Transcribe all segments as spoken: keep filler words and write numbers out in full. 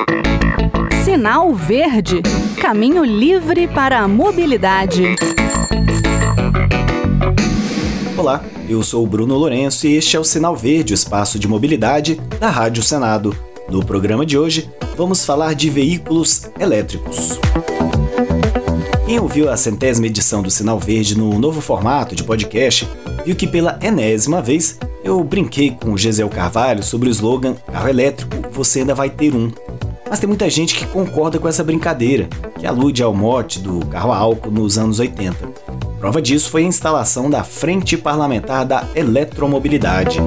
Sinal Verde, caminho livre para a mobilidade. Olá, eu sou o Bruno Lourenço e este é o Sinal Verde, o espaço de mobilidade da Rádio Senado. No programa de hoje, vamos falar de veículos elétricos. Quem ouviu a centésima edição do Sinal Verde no novo formato de podcast, viu que pela enésima vez eu brinquei com o Gisel Carvalho sobre o slogan "Carro elétrico, você ainda vai ter um". Mas tem muita gente que concorda com essa brincadeira, que alude ao mote do carro a álcool nos anos oitenta. Prova disso foi a instalação da Frente Parlamentar da Eletromobilidade.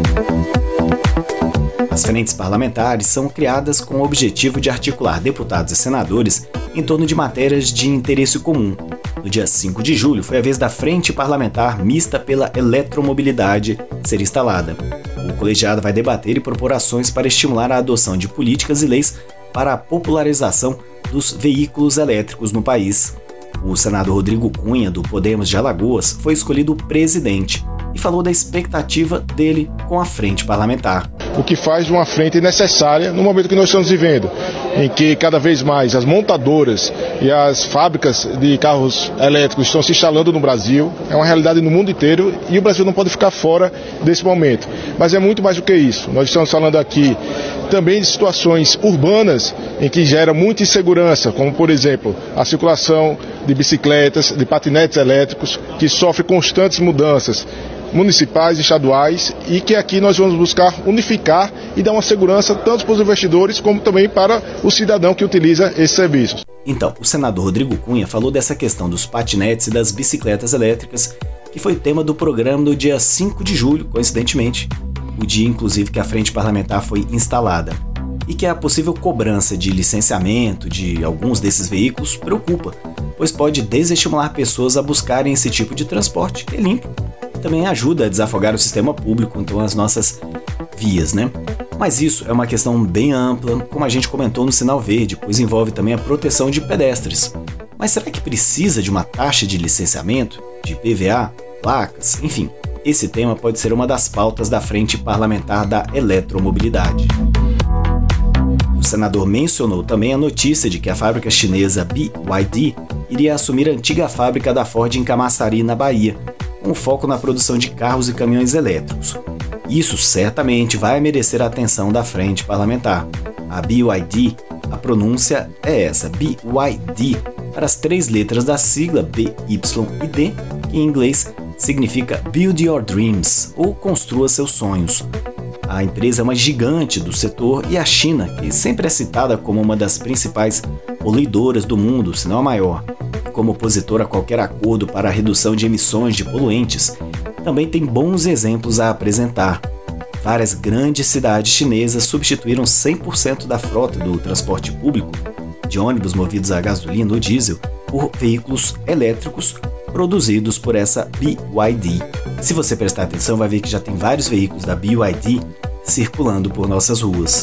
As frentes parlamentares são criadas com o objetivo de articular deputados e senadores em torno de matérias de interesse comum. No dia cinco de julho foi a vez da Frente Parlamentar Mista pela Eletromobilidade ser instalada. O colegiado vai debater e propor ações para estimular a adoção de políticas e leis para a popularização dos veículos elétricos no país. O senador Rodrigo Cunha, do Podemos de Alagoas, foi escolhido presidente e falou da expectativa dele com a frente parlamentar. O que faz de uma frente necessária no momento que nós estamos vivendo, em que cada vez mais as montadoras e as fábricas de carros elétricos estão se instalando no Brasil. É uma realidade no mundo inteiro e o Brasil não pode ficar fora desse momento. Mas é muito mais do que isso. Nós estamos falando aqui também de situações urbanas em que gera muita insegurança, como por exemplo a circulação de bicicletas, de patinetes elétricos, que sofre constantes mudanças municipais e estaduais, e que aqui nós vamos buscar unificar e dar uma segurança tanto para os investidores como também para o cidadão que utiliza esses serviços. Então, o senador Rodrigo Cunha falou dessa questão dos patinetes e das bicicletas elétricas, que foi tema do programa do dia cinco de julho, coincidentemente, o dia inclusive que a frente parlamentar foi instalada, e que a possível cobrança de licenciamento de alguns desses veículos preocupa, pois pode desestimular pessoas a buscarem esse tipo de transporte que é limpo. Também ajuda a desafogar o sistema público, então as nossas vias, né? Mas isso é uma questão bem ampla, como a gente comentou no Sinal Verde, pois envolve também a proteção de pedestres. Mas será que precisa de uma taxa de licenciamento, de I P V A, placas, enfim? Esse tema pode ser uma das pautas da Frente Parlamentar da Eletromobilidade. O senador mencionou também a notícia de que a fábrica chinesa B Y D iria assumir a antiga fábrica da Ford em Camaçari, na Bahia, com foco na produção de carros e caminhões elétricos. Isso certamente vai merecer a atenção da frente parlamentar. A B Y D, a pronúncia é essa, B Y D, para as três letras da sigla B Y e D, que em inglês significa Build Your Dreams, ou Construa Seus Sonhos. A empresa é uma gigante do setor e a China, que sempre é citada como uma das principais poluidoras do mundo, se não a maior, como opositor a qualquer acordo para a redução de emissões de poluentes, também tem bons exemplos a apresentar. Várias grandes cidades chinesas substituíram cem por cento da frota do transporte público, de ônibus movidos a gasolina ou diesel, por veículos elétricos produzidos por essa B Y D. Se você prestar atenção, vai ver que já tem vários veículos da B Y D circulando por nossas ruas.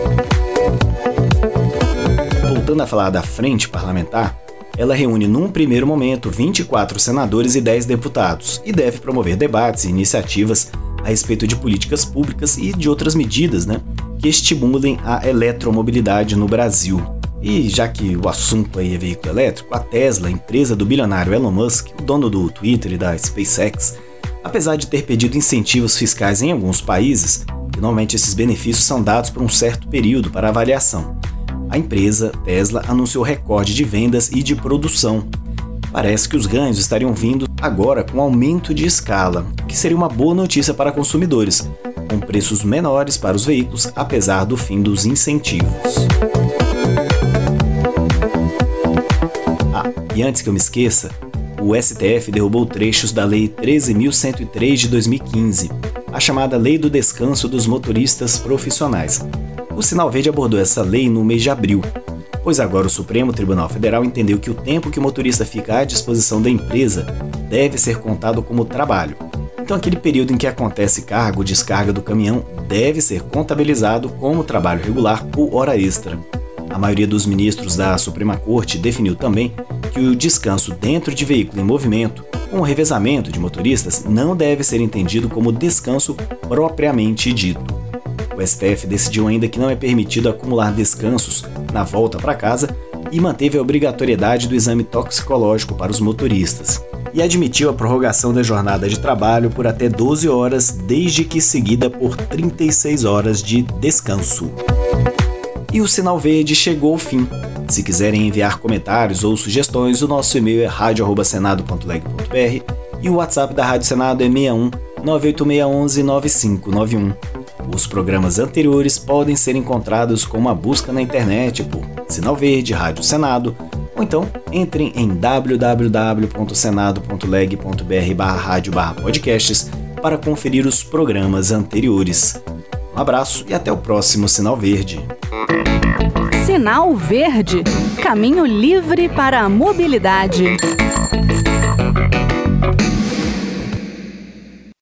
Voltando a falar da frente parlamentar, ela reúne num primeiro momento vinte e quatro senadores e dez deputados e deve promover debates e iniciativas a respeito de políticas públicas e de outras medidas, né, que estimulem a eletromobilidade no Brasil. E já que o assunto aí é veículo elétrico, a Tesla, empresa do bilionário Elon Musk, o dono do Twitter e da SpaceX, apesar de ter pedido incentivos fiscais em alguns países, que normalmente esses benefícios são dados por um certo período para avaliação, a empresa Tesla anunciou recorde de vendas e de produção. Parece que os ganhos estariam vindo agora com aumento de escala, o que seria uma boa notícia para consumidores, com preços menores para os veículos, apesar do fim dos incentivos. Ah, e antes que eu me esqueça, o S T F derrubou trechos da Lei treze mil cento e três de dois mil e quinze, a chamada Lei do Descanso dos Motoristas Profissionais. O Sinal Verde abordou essa lei no mês de abril, pois agora o Supremo Tribunal Federal entendeu que o tempo que o motorista fica à disposição da empresa deve ser contado como trabalho. Então aquele período em que acontece carga ou descarga do caminhão deve ser contabilizado como trabalho regular ou hora extra. A maioria dos ministros da Suprema Corte definiu também que o descanso dentro de veículo em movimento, com o revezamento de motoristas, não deve ser entendido como descanso propriamente dito. O O S T F decidiu ainda que não é permitido acumular descansos na volta para casa e manteve a obrigatoriedade do exame toxicológico para os motoristas. E admitiu a prorrogação da jornada de trabalho por até doze horas, desde que seguida por trinta e seis horas de descanso. E o Sinal Verde chegou ao fim. Se quiserem enviar comentários ou sugestões, o nosso e-mail é radio arroba senado ponto leg ponto br e o WhatsApp da Rádio Senado é seis um nove oito seis um um nove cinco nove um. Os programas anteriores podem ser encontrados com uma busca na internet por Sinal Verde, Rádio Senado, ou então entrem em w w w ponto senado ponto leg ponto br barra rádio barra podcasts para conferir os programas anteriores. Um abraço e até o próximo Sinal Verde. Sinal Verde, caminho livre para a mobilidade.